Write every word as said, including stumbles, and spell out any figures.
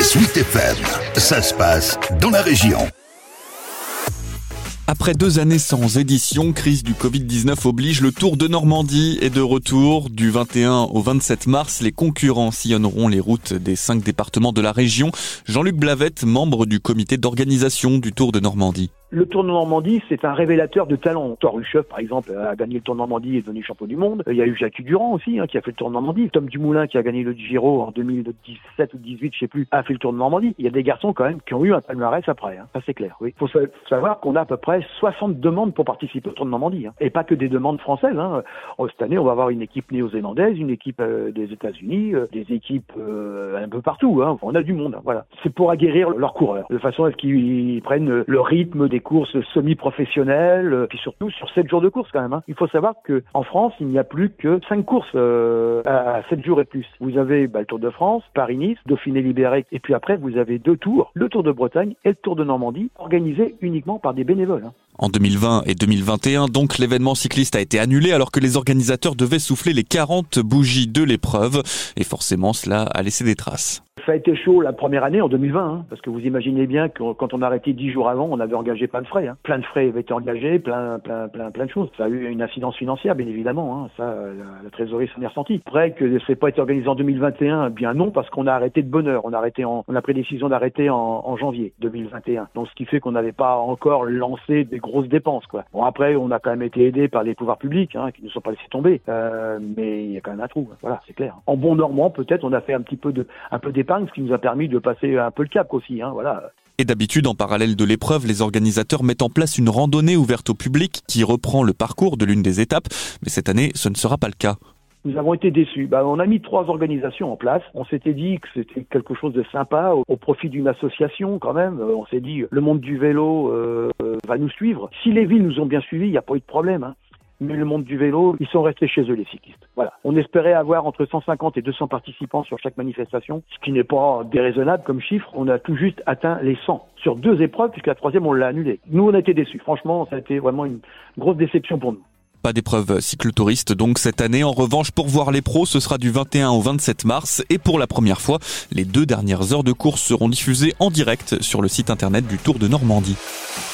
Sweet F M, ça se passe dans la région. Après deux années sans édition, crise du covid dix-neuf oblige, le Tour de Normandie est de retour. Du vingt et un au vingt-sept mars, les concurrents sillonneront les routes des cinq départements de la région. Jean-Luc Blavette, membre du comité d'organisation du Tour de Normandie. Le Tour de Normandie, c'est un révélateur de talent. Thor Hushovd, par exemple, a gagné le Tour de Normandie et est devenu champion du monde. Il y a eu Jacques Durand aussi, hein, qui a fait le Tour de Normandie. Tom Dumoulin, qui a gagné le Giro en deux mille dix-sept ou dix-huit, je sais plus, a fait le Tour de Normandie. Il y a des garçons quand même qui ont eu un palmarès après, hein. Ça c'est clair. Oui. Faut savoir qu'on a à peu près soixante demandes pour participer au Tour de Normandie, hein. Et pas que des demandes françaises, hein. Cette année, on va avoir une équipe néo-zélandaise, une équipe euh, des États-Unis, euh, des équipes euh, un peu partout, hein. On a du monde, hein. Voilà. C'est pour aguerrir leurs coureurs, de façon à ce qu'ils prennent le rythme des courses semi professionnel, euh, puis surtout sur sept jours de course quand même, hein. Il faut savoir que en France, il n'y a plus que cinq courses euh, à sept jours et plus. Vous avez bah, le Tour de France, Paris-Nice, Dauphiné-Libéré, et puis après vous avez deux tours, le Tour de Bretagne et le Tour de Normandie, organisés uniquement par des bénévoles, hein. En deux mille vingt et deux mille vingt et un, donc, l'événement cycliste a été annulé alors que les organisateurs devaient souffler les quarante bougies de l'épreuve. Et forcément, cela a laissé des traces. Ça a été chaud la première année en deux mille vingt, hein, parce que vous imaginez bien que quand on a arrêté dix jours avant, on avait engagé plein de frais, hein. Plein de frais avaient été engagés, plein, plein, plein, plein de choses. Ça a eu une incidence financière, bien évidemment, hein. Ça, la, la trésorerie s'en est ressentie. Après, que c'est pas été organisé en deux mille vingt et un, bien non, parce qu'on a arrêté de bonne heure. On a arrêté en, on a pris décision d'arrêter en, en janvier deux mille vingt et un. Donc, ce qui fait qu'on n'avait pas encore lancé des grosses dépenses, quoi. Bon, après, on a quand même été aidé par les pouvoirs publics, hein, qui ne sont pas laissés tomber. Euh, mais il y a quand même un trou. Voilà, c'est clair. En bon normand, peut-être, on a fait un petit peu de, un peu d'épargne, ce qui nous a permis de passer un peu le cap aussi, hein, voilà. Et d'habitude, en parallèle de l'épreuve, les organisateurs mettent en place une randonnée ouverte au public qui reprend le parcours de l'une des étapes. Mais cette année, ce ne sera pas le cas. Nous avons été déçus. Bah, on a mis trois organisations en place. On s'était dit que c'était quelque chose de sympa au, au profit d'une association quand même. Euh, on s'est dit, le monde du vélo euh, euh, va nous suivre. Si les villes nous ont bien suivis, il n'y a pas eu de problème, hein. Mais le monde du vélo, ils sont restés chez eux, les cyclistes. Voilà. On espérait avoir entre cent cinquante et deux cents participants sur chaque manifestation, ce qui n'est pas déraisonnable comme chiffre. On a tout juste atteint les cent sur deux épreuves, puisque la troisième, on l'a annulée. Nous, on a été déçus. Franchement, ça a été vraiment une grosse déception pour nous. Pas d'épreuve cyclotouriste donc cette année. En revanche, pour voir les pros, ce sera du vingt et un au vingt-sept mars. Et pour la première fois, les deux dernières heures de course seront diffusées en direct sur le site internet du Tour de Normandie.